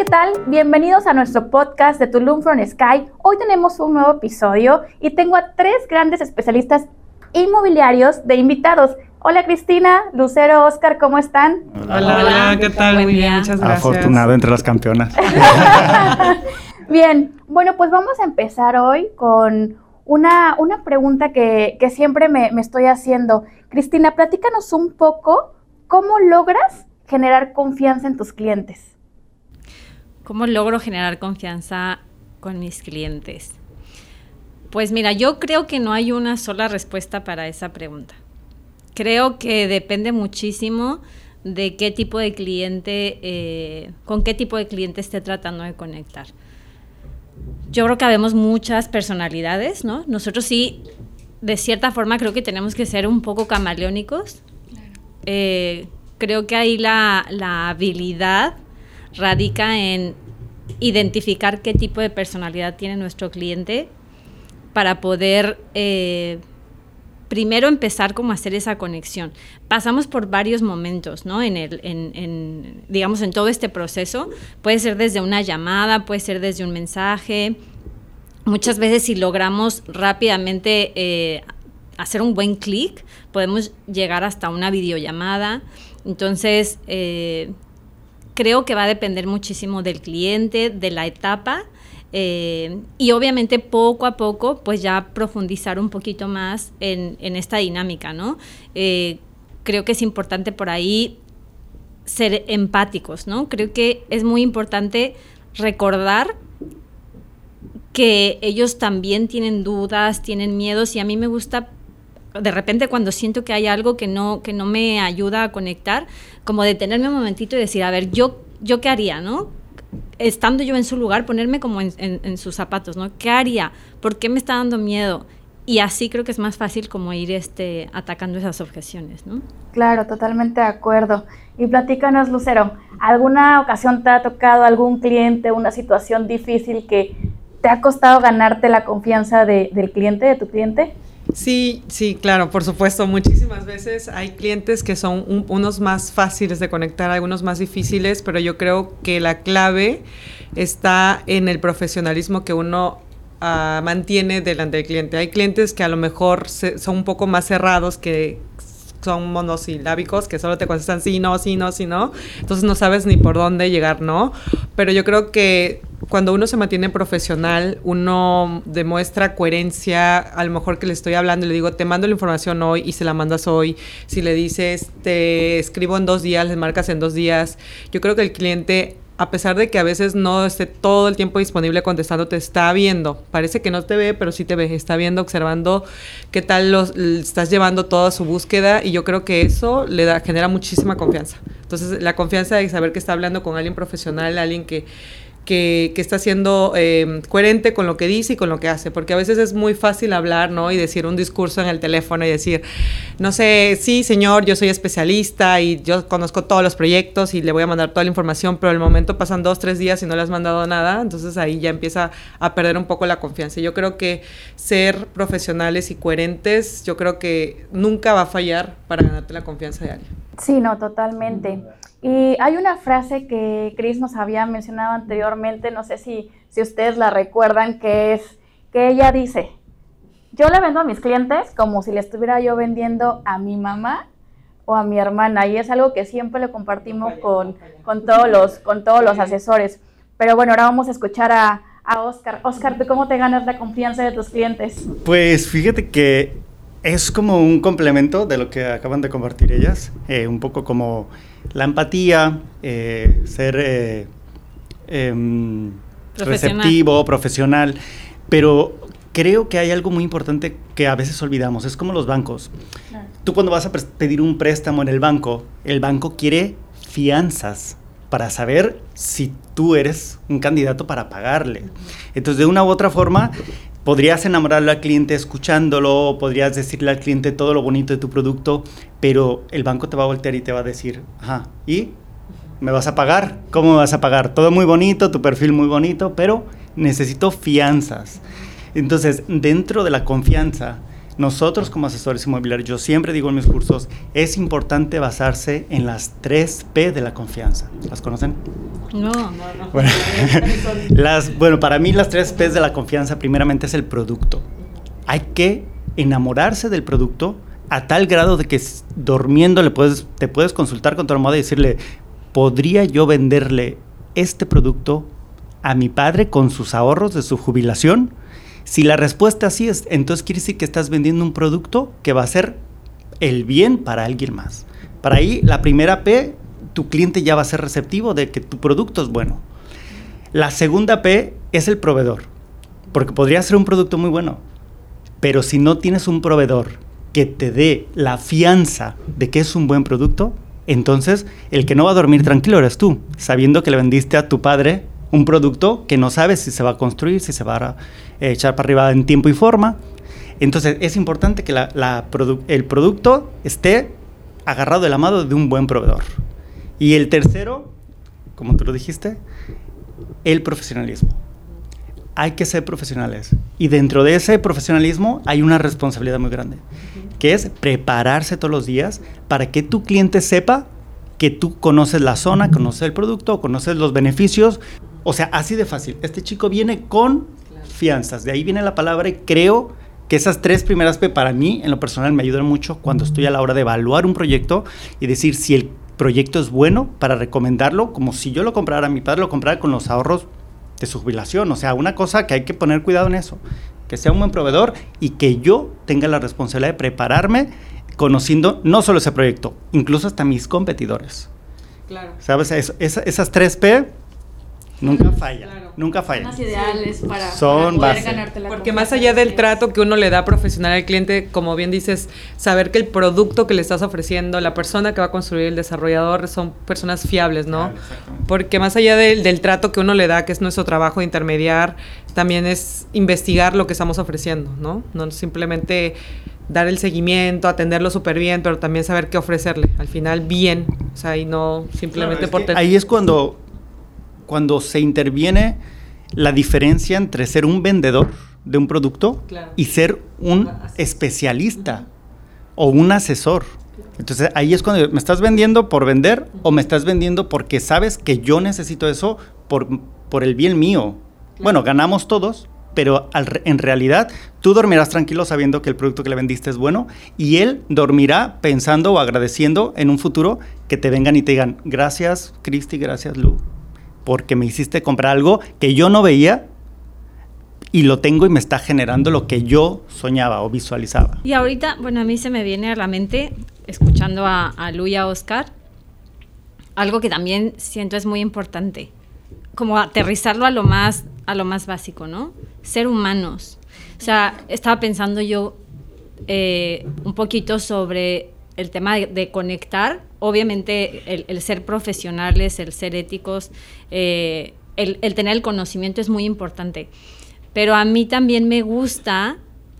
tal? Bienvenidos a nuestro podcast de Tulum from Sky. Hoy tenemos un nuevo episodio y tengo a 3 grandes especialistas inmobiliarios de invitados. Hola Cristina, Lucero, Oscar, ¿cómo están? Hola, ¿qué tal? Muy bien, muchas gracias. Afortunado entre las campeonas. Bien, bueno, pues vamos a empezar hoy con una pregunta que siempre me estoy haciendo. Cristina, platícanos un poco cómo logras generar confianza en tus clientes. ¿Cómo logro generar confianza con mis clientes? Pues mira, yo creo que no hay una sola respuesta para esa pregunta. Creo que depende muchísimo de qué tipo de cliente, con qué tipo de cliente esté tratando de conectar. Yo creo que habemos muchas personalidades, ¿no? Nosotros sí, de cierta forma, creo que tenemos que ser un poco camaleónicos. Claro. Creo que ahí la habilidad radica en identificar qué tipo de personalidad tiene nuestro cliente para poder primero empezar como a hacer esa conexión. Pasamos por varios momentos, ¿no? Digamos, en todo este proceso. Puede ser desde una llamada, puede ser desde un mensaje. Muchas veces, si logramos rápidamente hacer un buen clic, podemos llegar hasta una videollamada. Entonces, creo que va a depender muchísimo del cliente, de la etapa, y obviamente poco a poco pues ya profundizar un poquito más en esta dinámica, ¿no? Creo que es importante por ahí ser empáticos, ¿no? Creo que es muy importante recordar que ellos también tienen dudas, tienen miedos, y a mí me gusta de repente cuando siento que hay algo que no me ayuda a conectar, como detenerme un momentito y decir, a ver, ¿yo qué haría, no? Estando yo en su lugar, ponerme como en sus zapatos, ¿no? ¿Qué haría? ¿Por qué me está dando miedo? Y así creo que es más fácil como ir atacando esas objeciones, ¿no? Claro, totalmente de acuerdo. Y platícanos, Lucero, ¿alguna ocasión te ha tocado algún cliente, una situación difícil que te ha costado ganarte la confianza del cliente, de tu cliente? Sí, claro, por supuesto. Muchísimas veces hay clientes que son unos más fáciles de conectar, algunos más difíciles, pero yo creo que la clave está en el profesionalismo que uno mantiene delante del cliente. Hay clientes que a lo mejor son un poco más cerrados, que son monosilábicos, que solo te contestan sí, no, sí, no, sí, no. Entonces no sabes ni por dónde llegar, ¿no? Pero yo creo que cuando uno se mantiene profesional, uno demuestra coherencia. A lo mejor que le estoy hablando y le digo, te mando la información hoy y se la mandas hoy. Si le dices, te escribo en 2 días, le marcas en 2 días. Yo creo que el cliente, a pesar de que a veces no esté todo el tiempo disponible contestando, te está viendo. Parece que no te ve, pero sí te ve. Está viendo, observando qué tal estás llevando toda su búsqueda, y yo creo que eso genera muchísima confianza. Entonces, la confianza de saber que está hablando con alguien profesional, alguien que está siendo coherente con lo que dice y con lo que hace, porque a veces es muy fácil hablar, ¿no? Y decir un discurso en el teléfono y decir, no sé, sí, señor, yo soy especialista y yo conozco todos los proyectos y le voy a mandar toda la información, pero al momento pasan 2-3 días y no le has mandado nada, entonces ahí ya empieza a perder un poco la confianza. Yo creo que ser profesionales y coherentes, yo creo que nunca va a fallar para ganarte la confianza de alguien. Sí, no, totalmente. Y hay una frase que Cris nos había mencionado anteriormente, no sé si ustedes la recuerdan, que ella dice, yo le vendo a mis clientes como si le estuviera yo vendiendo a mi mamá o a mi hermana, y es algo que siempre le compartimos con todos los asesores. Pero bueno, ahora vamos a escuchar a Oscar. Oscar, ¿tú cómo te ganas la confianza de tus clientes? Pues fíjate que es como un complemento de lo que acaban de compartir ellas, un poco como la empatía, ser receptivo, profesional, pero creo que hay algo muy importante que a veces olvidamos, es como los bancos. Claro. Tú cuando vas a pedir un préstamo en el banco quiere fianzas para saber si tú eres un candidato para pagarle. Entonces, de una u otra forma, podrías enamorarle al cliente escuchándolo, podrías decirle al cliente todo lo bonito de tu producto, pero el banco te va a voltear y te va a decir, ajá, ¿y me vas a pagar? ¿Cómo me vas a pagar? Todo muy bonito, tu perfil muy bonito, pero necesito fianzas. Entonces, dentro de la confianza, Nosotros como asesores inmobiliarios, yo siempre digo en mis cursos, es importante basarse en las 3 P de la confianza. ¿Las conocen? No. Bueno, para mí las 3 P de la confianza primeramente es el producto. Hay que enamorarse del producto a tal grado de que durmiendo te puedes consultar con tu almohada y decirle, ¿podría yo venderle este producto a mi padre con sus ahorros de su jubilación? Si la respuesta sí es, entonces quiere decir que estás vendiendo un producto que va a ser el bien para alguien más. Para ahí, la primera P, tu cliente ya va a ser receptivo de que tu producto es bueno. La segunda P es el proveedor, porque podría ser un producto muy bueno, pero si no tienes un proveedor que te dé la fianza de que es un buen producto, entonces el que no va a dormir tranquilo eres tú, sabiendo que le vendiste a tu padre un producto que no sabes si se va a construir, si se va a echar para arriba en tiempo y forma. Entonces es importante que el producto esté agarrado de la mano de un buen proveedor. Y el tercero, como tú lo dijiste, el profesionalismo. Hay que ser profesionales. Y dentro de ese profesionalismo hay una responsabilidad muy grande, que es prepararse todos los días para que tu cliente sepa que tú conoces la zona, conoces el producto, conoces los beneficios. O sea, así de fácil. Este chico viene con fianzas. De ahí viene la palabra y creo que esas 3 primeras P para mí, en lo personal, me ayudan mucho cuando estoy a la hora de evaluar un proyecto y decir si el proyecto es bueno para recomendarlo, como si yo lo comprara, mi padre lo comprara con los ahorros de su jubilación. O sea, una cosa que hay que poner cuidado en eso. Que sea un buen proveedor y que yo tenga la responsabilidad de prepararme conociendo no solo ese proyecto, incluso hasta mis competidores. Claro. ¿Sabes? Esas 3 P nunca fallan. Claro. Nunca fallan. Unas ideales para Son poder base. ganarte la Porque confianza. más allá del trato que uno le da profesional al cliente, como bien dices, saber que el producto que le estás ofreciendo, la persona que va a construir, el desarrollador, son personas fiables, ¿no? Claro, exactamente. Porque más allá del trato que uno le da, que es nuestro trabajo de intermediar, también es investigar lo que estamos ofreciendo, ¿no? No simplemente dar el seguimiento, atenderlo súper bien, pero también saber qué ofrecerle. Al final, bien. O sea, y no simplemente Claro, ahí es cuando se interviene la diferencia entre ser un vendedor de un producto, claro, y ser un especialista o un asesor. Entonces ahí es cuando me estás vendiendo por vender o me estás vendiendo porque sabes que yo necesito eso por el bien mío. Bueno, ganamos todos, pero en realidad tú dormirás tranquilo sabiendo que el producto que le vendiste es bueno y él dormirá pensando o agradeciendo en un futuro que te vengan y te digan, gracias Cristi, gracias Lu, porque me hiciste comprar algo que yo no veía y lo tengo y me está generando lo que yo soñaba o visualizaba. Y ahorita, bueno, a mí se me viene a la mente, escuchando a Lu y a Oscar, algo que también siento es muy importante, como aterrizarlo a lo más básico, ¿no? Ser humanos. O sea, estaba pensando yo un poquito sobre el tema de conectar. Obviamente el ser profesionales, el ser éticos, el tener el conocimiento es muy importante. Pero a mí también me gusta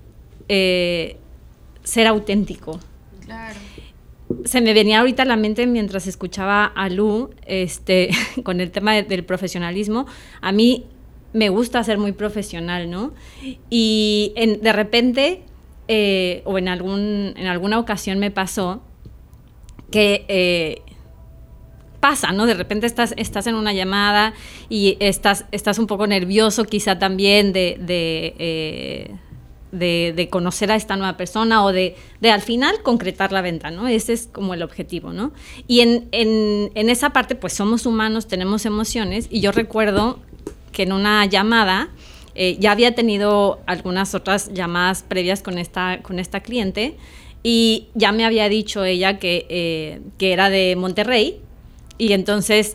ser auténtico. Claro. Se me venía ahorita a la mente mientras escuchaba a Lu con el tema del profesionalismo. A mí me gusta ser muy profesional, ¿no? Y de repente, o en alguna ocasión me pasó que pasa, ¿no? De repente estás en una llamada y estás un poco nervioso quizá también de conocer a esta nueva persona o de al final concretar la venta, ¿no? Ese es como el objetivo, ¿no? Y en esa parte, pues somos humanos, tenemos emociones, y yo recuerdo que en una llamada, ya había tenido algunas otras llamadas previas con esta cliente, y ya me había dicho ella que era de Monterrey, y entonces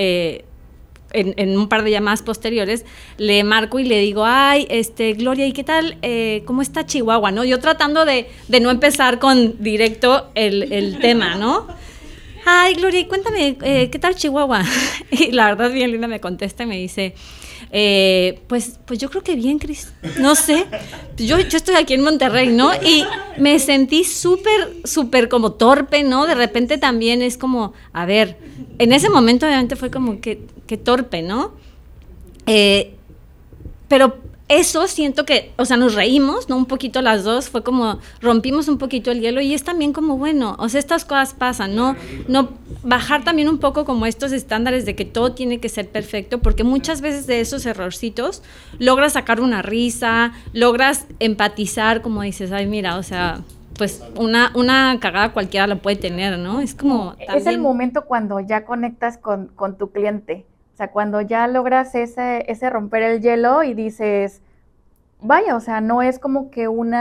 en un par de llamadas posteriores le marco y le digo, ay, Gloria, ¿y qué tal? ¿Cómo está Chihuahua? ¿No? Yo tratando de no empezar con directo el tema, ¿no? Ay, Gloria, y cuéntame, ¿qué tal Chihuahua? Y la verdad, bien linda, me contesta y me dice, pues yo creo que bien, Cris. No sé, yo estoy aquí en Monterrey, ¿no? Y me sentí súper como torpe, ¿no? De repente también es como, a ver, en ese momento obviamente fue como que torpe, ¿no? Pero eso siento que, o sea, nos reímos, ¿no? Un poquito las dos, fue como rompimos un poquito el hielo y es también como, bueno, o sea, estas cosas pasan, ¿no? Bajar también un poco como estos estándares de que todo tiene que ser perfecto, porque muchas veces de esos errorcitos logras sacar una risa, logras empatizar, como dices, ay, mira, o sea, pues una cagada cualquiera la puede tener, ¿no? Es como también... Es el momento cuando ya conectas con tu cliente. O sea, cuando ya logras ese romper el hielo y dices, vaya, o sea, no es como que un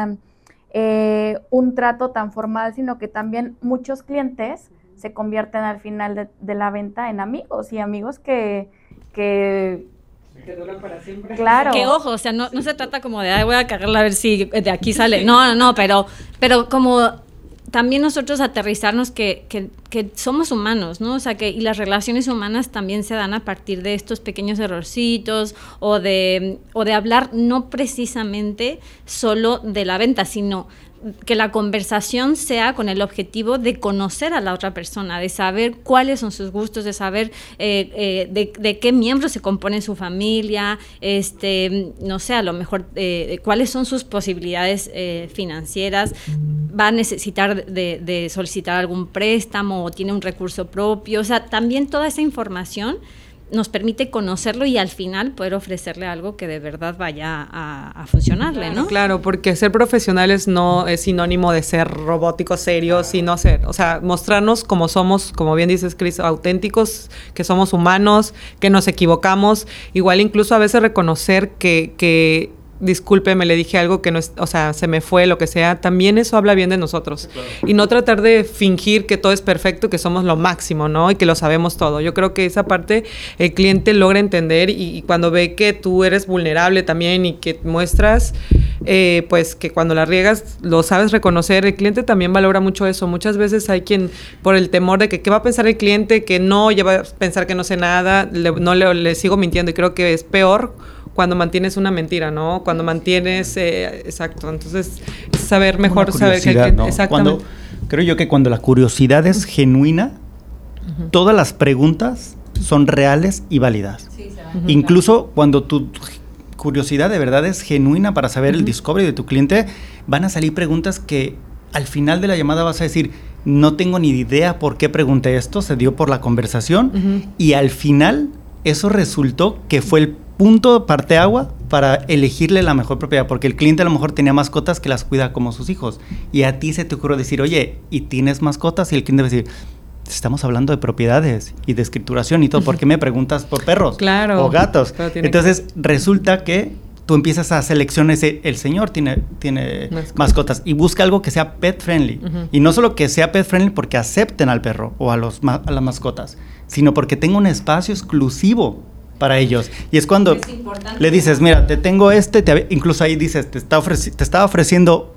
trato tan formal, sino que también muchos clientes se convierten al final de la venta en amigos, y amigos que duran para siempre. Claro. Que ojo, o sea, no se trata como de, ay, voy a cagarla a ver si de aquí sale. No, pero como también nosotros aterrizarnos que somos humanos, ¿no? O sea, y las relaciones humanas también se dan a partir de estos pequeños errorcitos o de hablar no precisamente solo de la venta, sino que la conversación sea con el objetivo de conocer a la otra persona, de saber cuáles son sus gustos, de saber de qué miembros se compone su familia, no sé, a lo mejor cuáles son sus posibilidades financieras, va a necesitar de solicitar algún préstamo o tiene un recurso propio, o sea, también toda esa información nos permite conocerlo y al final poder ofrecerle algo que de verdad vaya a funcionarle, ¿no? Claro, porque ser profesionales no es sinónimo de ser robóticos, serios, sino ser, o sea, mostrarnos como somos, como bien dices, Cris, auténticos, que somos humanos, que nos equivocamos, igual incluso a veces reconocer que discúlpeme, le dije algo que no es, o sea, se me fue, lo que sea, también eso habla bien de nosotros. Claro. Y no tratar de fingir que todo es perfecto, que somos lo máximo, ¿no? Y que lo sabemos todo. Yo creo que esa parte el cliente logra entender y cuando ve que tú eres vulnerable también y que muestras, pues que cuando la riegas lo sabes reconocer, el cliente también valora mucho eso. Muchas veces hay quien, por el temor de que qué va a pensar el cliente, que no, ya va a pensar que no sé nada, le sigo mintiendo, y creo que es peor cuando mantienes una mentira, ¿no? Cuando mantienes, exacto, entonces saber mejor, saber que ¿no? Exactamente. Creo yo que cuando la curiosidad es genuina, todas las preguntas son reales y válidas. Sí, incluso cuando tu curiosidad de verdad es genuina para saber el discovery de tu cliente, van a salir preguntas que al final de la llamada vas a decir, no tengo ni idea por qué pregunté esto, se dio por la conversación, y al final eso resultó que fue el punto parteagua para elegirle la mejor propiedad, porque el cliente a lo mejor tenía mascotas que las cuida como sus hijos, y a ti se te ocurrió decir, oye, ¿y tienes mascotas? Y el cliente va a decir, estamos hablando de propiedades y de escrituración y todo, ¿por qué me preguntas por perros? Claro, o gatos? Entonces resulta que tú empiezas a seleccionar el señor tiene mascotas y busca algo que sea pet friendly, y no solo que sea pet friendly porque acepten al perro o a las mascotas, sino porque tenga un espacio exclusivo para ellos. Y es cuando le dices, mira, te tengo incluso ahí dices, te estaba ofreciendo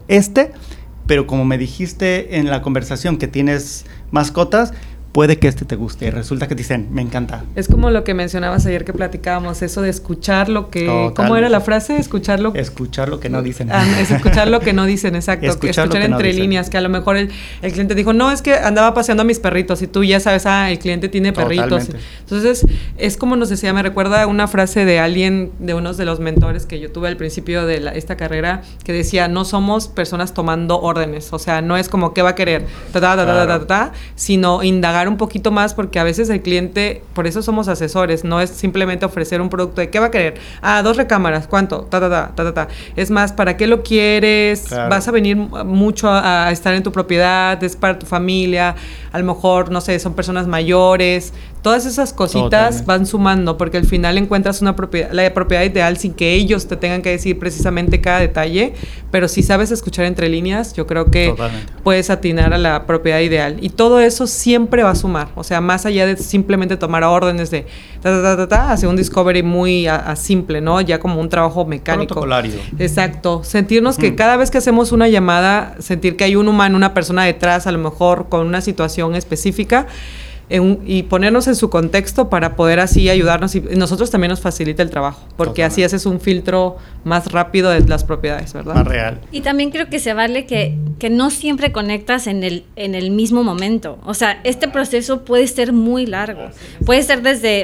pero como me dijiste en la conversación que tienes mascotas, puede que te guste. Y resulta que te dicen, me encanta. Es como lo que mencionabas ayer que platicábamos, eso de escuchar lo que... Totalmente. ¿Cómo era la frase? Escuchar lo que no dicen. Es escuchar lo que no dicen, exacto. Escuchar entre líneas, que a lo mejor el cliente dijo, no, es que andaba paseando a mis perritos, y tú ya sabes, el cliente tiene perritos. Totalmente. Entonces, es como nos decía, me recuerda una frase de alguien, de uno de los mentores que yo tuve al principio de esta carrera, que decía, no somos personas tomando órdenes, o sea, no es como, ¿qué va a querer? Sino indagar un poquito más, porque a veces el cliente, por eso somos asesores, no es simplemente ofrecer un producto de ¿qué va a querer? 2 recámaras, ¿cuánto? Es más, ¿para qué lo quieres? Claro. ¿Vas a venir mucho a estar en tu propiedad? ¿Es para tu familia? A lo mejor, no sé, son personas mayores. Todas esas cositas van sumando, porque al final encuentras la propiedad ideal sin que ellos te tengan que decir precisamente cada detalle, pero si sabes escuchar entre líneas, yo creo que puedes atinar a la propiedad ideal. Y todo eso siempre va a sumar, o sea, más allá de simplemente tomar órdenes de hacia un discovery muy simple, ¿no? Ya como un trabajo mecánico. Protocolario. Exacto. Sentirnos que cada vez que hacemos una llamada, sentir que hay un humano, una persona detrás, a lo mejor con una situación específica, y ponernos en su contexto para poder así ayudarnos, y nosotros también nos facilita el trabajo, porque así haces un filtro más rápido de las propiedades, ¿verdad? Más real. Y también creo que se vale que no siempre conectas en el mismo momento. O sea, este proceso puede ser muy largo. Puede ser desde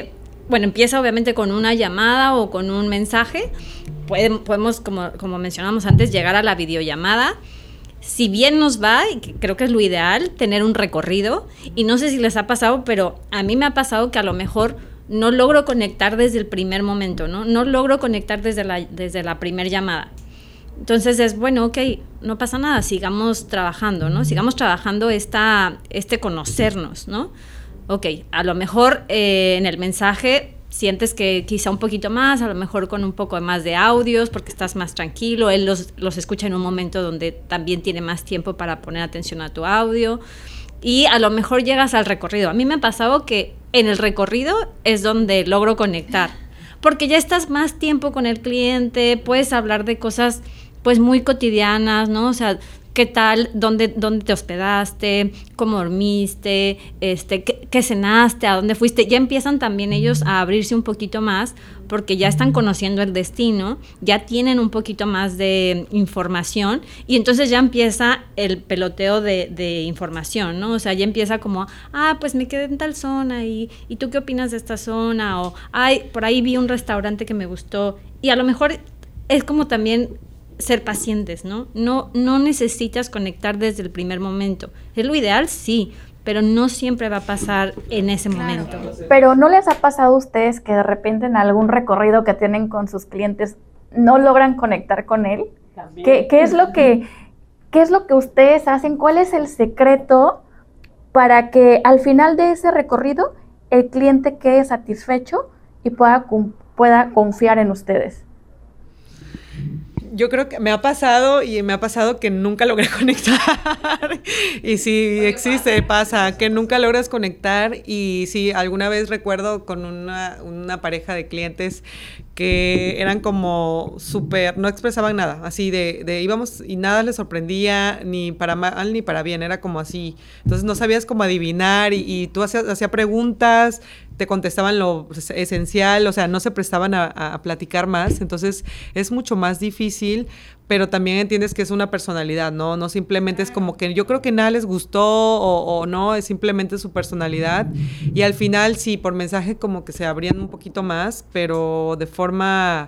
bueno, empieza obviamente con una llamada o con un mensaje. Podemos, como mencionamos antes, llegar a la videollamada. Si bien nos va, y creo que es lo ideal, tener un recorrido. Y no sé si les ha pasado, pero a mí me ha pasado que a lo mejor no logro conectar desde el primer momento, ¿no? No logro conectar desde la primera llamada. Entonces es, bueno, ok, no pasa nada, sigamos trabajando, ¿no? Sigamos trabajando este conocernos, ¿no? Ok, a lo mejor en el mensaje sientes que quizá un poquito más, a lo mejor con un poco más de audios porque estás más tranquilo, él los escucha en un momento donde también tiene más tiempo para poner atención a tu audio y a lo mejor llegas al recorrido. A mí me ha pasado que en el recorrido es donde logro conectar, porque ya estás más tiempo con el cliente, puedes hablar de cosas pues muy cotidianas, ¿no? O sea, ¿qué tal? ¿Dónde te hospedaste? ¿Cómo dormiste? ¿Qué cenaste? ¿A dónde fuiste? Ya empiezan también ellos a abrirse un poquito más porque ya están conociendo el destino, ya tienen un poquito más de información y entonces ya empieza el peloteo de información, ¿no? O sea, ya empieza como, pues me quedé en tal zona y ¿tú qué opinas de esta zona? O, por ahí vi un restaurante que me gustó. Y a lo mejor es como también ser pacientes, ¿no? No necesitas conectar desde el primer momento. ¿Es lo ideal? Sí, pero no siempre va a pasar en ese momento. Pero ¿no les ha pasado a ustedes que de repente en algún recorrido que tienen con sus clientes no logran conectar con él? ¿Qué es lo que ustedes hacen? ¿Cuál es el secreto para que al final de ese recorrido el cliente quede satisfecho y pueda confiar en ustedes? Yo creo que me ha pasado que nunca logré conectar. Y sí, pasa, que nunca logras conectar. Y sí, alguna vez recuerdo con una pareja de clientes que eran como súper, no expresaban nada, así de íbamos y nada les sorprendía, ni para mal ni para bien, era como así. Entonces no sabías cómo adivinar y tú hacías preguntas, te contestaban lo esencial, o sea, no se prestaban a platicar más, entonces es mucho más difícil, pero también entiendes que es una personalidad, ¿no? No simplemente es como que yo creo que nada les gustó o no, es simplemente su personalidad y al final sí, por mensaje como que se abrían un poquito más, pero de forma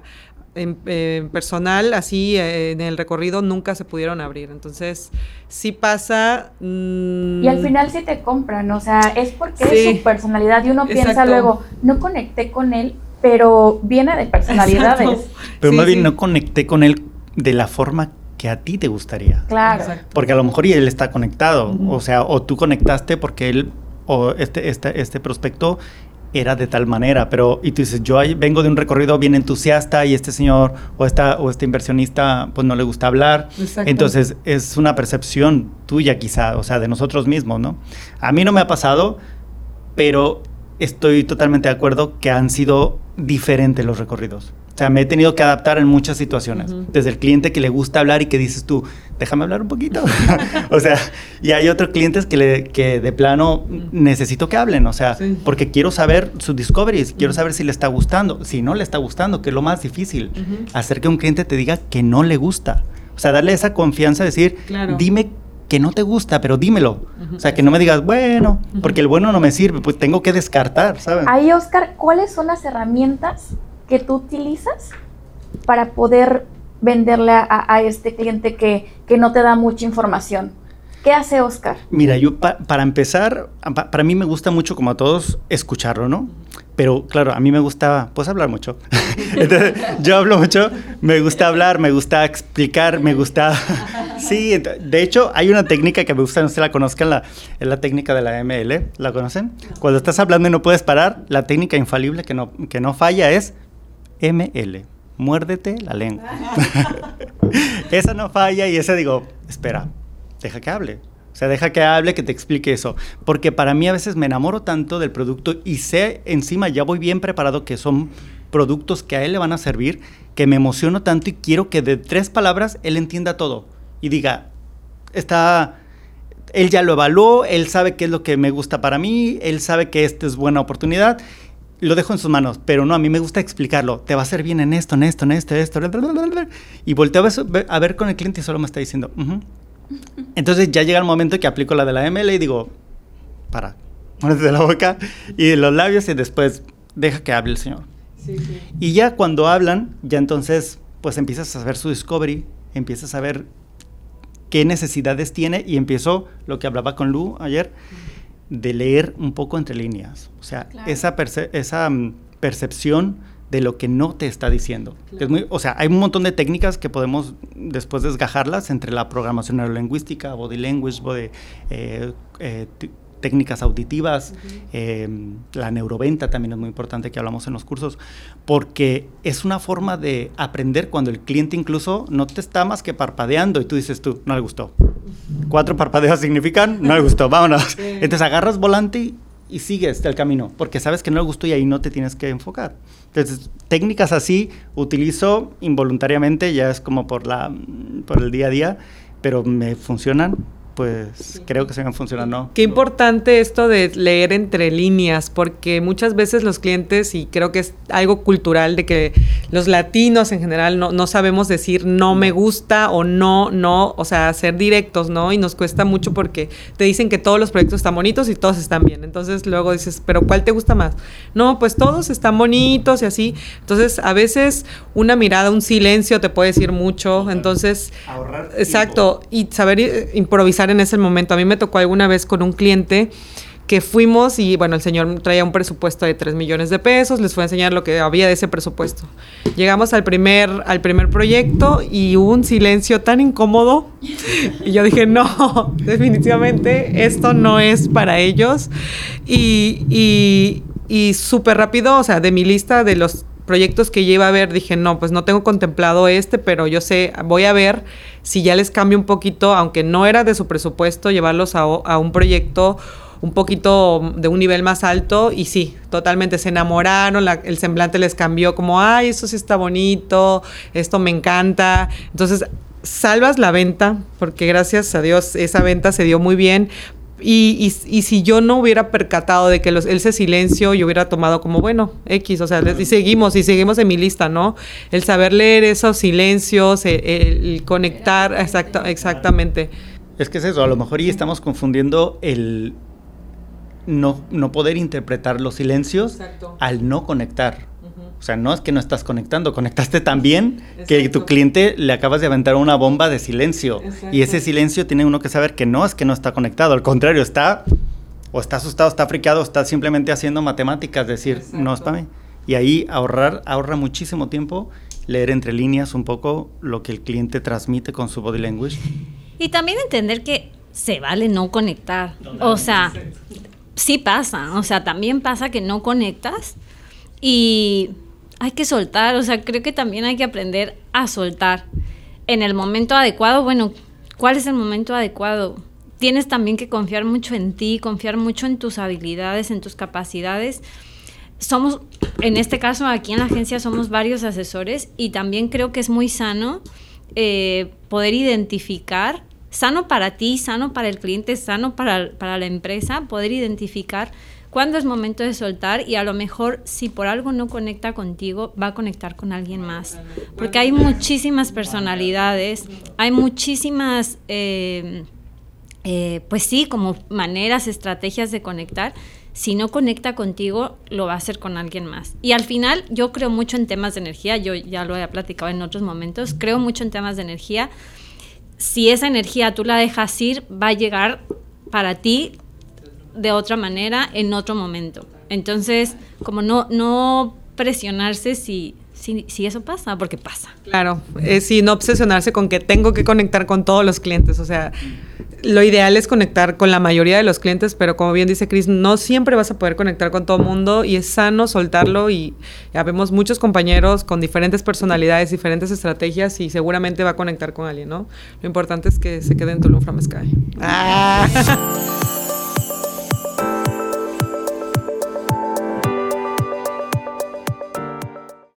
personal, así en el recorrido nunca se pudieron abrir, entonces sí pasa. Y al final sí te compran, o sea, es porque es su personalidad y uno piensa luego, no conecté con él, pero viene de personalidades. Exacto. Pero más bien no conecté con él de la forma que a ti te gustaría. Claro. Exacto. Porque a lo mejor y él está conectado, o sea, o tú conectaste porque él o este prospecto era de tal manera, pero y tú dices, yo vengo de un recorrido bien entusiasta y este señor o este inversionista pues no le gusta hablar. Exacto. Entonces es una percepción tuya quizá, o sea, de nosotros mismos, ¿no? A mí no me ha pasado, pero estoy totalmente de acuerdo que han sido diferentes los recorridos. O sea, me he tenido que adaptar en muchas situaciones. Uh-huh. Desde el cliente que le gusta hablar y que dices tú, déjame hablar un poquito. O sea, y hay otros clientes que de plano necesito que hablen. O sea, porque quiero saber sus discoveries, quiero saber si le está gustando. Si no le está gustando, que es lo más difícil. Hacer que un cliente te diga que no le gusta. O sea, darle esa confianza, decir, dime que no te gusta, pero dímelo. O sea, que no me digas, bueno, porque el bueno no me sirve, pues tengo que descartar, ¿sabes? Ahí, Oscar, ¿cuáles son las herramientas que tú utilizas para poder venderle a este cliente que no te da mucha información? ¿Qué hace Oscar? Mira, yo para empezar, para mí me gusta mucho, como a todos, escucharlo, ¿no? Pero claro, a mí me gusta, pues, hablar mucho. Entonces, yo hablo mucho, me gusta hablar, me gusta explicar, me gusta... Sí, de hecho, hay una técnica que me gusta, no sé si la conozcan, es la técnica de la ML, ¿la conocen? Cuando estás hablando y no puedes parar, la técnica infalible que no falla es ML, muérdete la lengua. Esa no falla y esa digo, espera, deja que hable. O sea, deja que hable, que te explique eso. Porque para mí a veces me enamoro tanto del producto y sé encima, ya voy bien preparado que son productos que a él le van a servir, que me emociono tanto y quiero que de 3 palabras él entienda todo. Y diga, él ya lo evaluó, él sabe qué es lo que me gusta para mí, él sabe que esta es buena oportunidad. Lo dejo en sus manos, pero no, a mí me gusta explicarlo. Te va a hacer bien en esto. Y volteo a ver con el cliente y solo me está diciendo, Entonces ya llega el momento que aplico la de la ML y digo, muérdete la boca y los labios y después deja que hable el señor. Sí, sí. Y ya cuando hablan, ya entonces pues empiezas a ver su discovery, empiezas a ver qué necesidades tiene y empiezo lo que hablaba con Lu ayer, de leer un poco entre líneas. O sea, claro. esa percepción de lo que no te está diciendo. Claro. O sea, hay un montón de técnicas que podemos después desgajarlas entre la programación neurolingüística, body language, técnicas auditivas, la neuroventa también es muy importante que hablamos en los cursos, porque es una forma de aprender cuando el cliente incluso no te está más que parpadeando y tú dices no le gustó. 4 parpadeos significan, no le gustó, vámonos. Sí. Entonces agarras volante y sigues el camino, porque sabes que no le gustó y ahí no te tienes que enfocar. Entonces, técnicas así utilizo involuntariamente, ya es como por el día a día, pero me funcionan. Pues sí. Creo que se me funciona, ¿no? Qué importante esto de leer entre líneas, porque muchas veces los clientes, y creo que es algo cultural, de que los latinos en general no sabemos decir no me gusta o no, o sea, ser directos, ¿no? Y nos cuesta mucho porque te dicen que todos los proyectos están bonitos y todos están bien. Entonces luego dices, ¿pero cuál te gusta más? No, pues todos están bonitos y así. Entonces a veces una mirada, un silencio te puede decir mucho. Entonces, ahorrar tiempo. Exacto, y saber improvisar en ese momento. A mí me tocó alguna vez con un cliente que fuimos y, bueno, el señor traía un presupuesto de 3 millones de pesos, les fue a enseñar lo que había de ese presupuesto. Llegamos al primer proyecto y hubo un silencio tan incómodo y yo dije, no, definitivamente esto no es para ellos. Y súper rápido, o sea, de mi lista de los proyectos que yo iba a ver, dije, no, pues no tengo contemplado pero yo sé, voy a ver si ya les cambio un poquito, aunque no era de su presupuesto, llevarlos a un proyecto un poquito de un nivel más alto, y sí, totalmente se enamoraron, el semblante les cambió, como, ay, esto sí está bonito, esto me encanta. Entonces, salvas la venta, porque gracias a Dios esa venta se dio muy bien. Y si yo no hubiera percatado de que ese silencio, yo hubiera tomado como, bueno, X, o sea, y seguimos en mi lista, ¿no? El saber leer esos silencios, el conectar, exactamente. Es que es eso, a lo mejor y estamos confundiendo el no poder interpretar los silencios. Exacto. Al no conectar. O sea, no es que no estás conectando, conectaste tan bien que tu cliente le acabas de aventar una bomba de silencio. Exacto. Y ese silencio tiene uno que saber que no está conectado, al contrario, está asustado, está friqueado, está simplemente haciendo matemáticas, decir, exacto, no es para mí. Y ahí ahorra muchísimo tiempo, leer entre líneas un poco lo que el cliente transmite con su body language. Y también entender que se vale no conectar. O sea, sí pasa, o sea, también pasa que no conectas y hay que soltar, o sea, creo que también hay que aprender a soltar en el momento adecuado. Bueno, ¿cuál es el momento adecuado? Tienes también que confiar mucho en ti, confiar mucho en tus habilidades, en tus capacidades. Somos, en este caso, aquí en la agencia somos varios asesores y también creo que es muy sano poder identificar, sano para ti, sano para el cliente, sano para la empresa, poder identificar cuándo es momento de soltar, y a lo mejor si por algo no conecta contigo, va a conectar con alguien más. Porque hay muchísimas personalidades, hay muchísimas, pues sí, como maneras, estrategias de conectar. Si no conecta contigo, lo va a hacer con alguien más. Y al final, yo creo mucho en temas de energía, yo ya lo he platicado en otros momentos, creo mucho en temas de energía. Si esa energía tú la dejas ir, va a llegar para ti de otra manera en otro momento. Entonces, como no presionarse si eso pasa, porque pasa. Claro, sí, no obsesionarse con que tengo que conectar con todos los clientes. O sea, lo ideal es conectar con la mayoría de los clientes, pero como bien dice Cris, no siempre vas a poder conectar con todo el mundo y es sano soltarlo. Y ya vemos muchos compañeros con diferentes personalidades, diferentes estrategias, y seguramente va a conectar con alguien, ¿no? Lo importante es que se quede en Tulum from Sky. ¡Ah!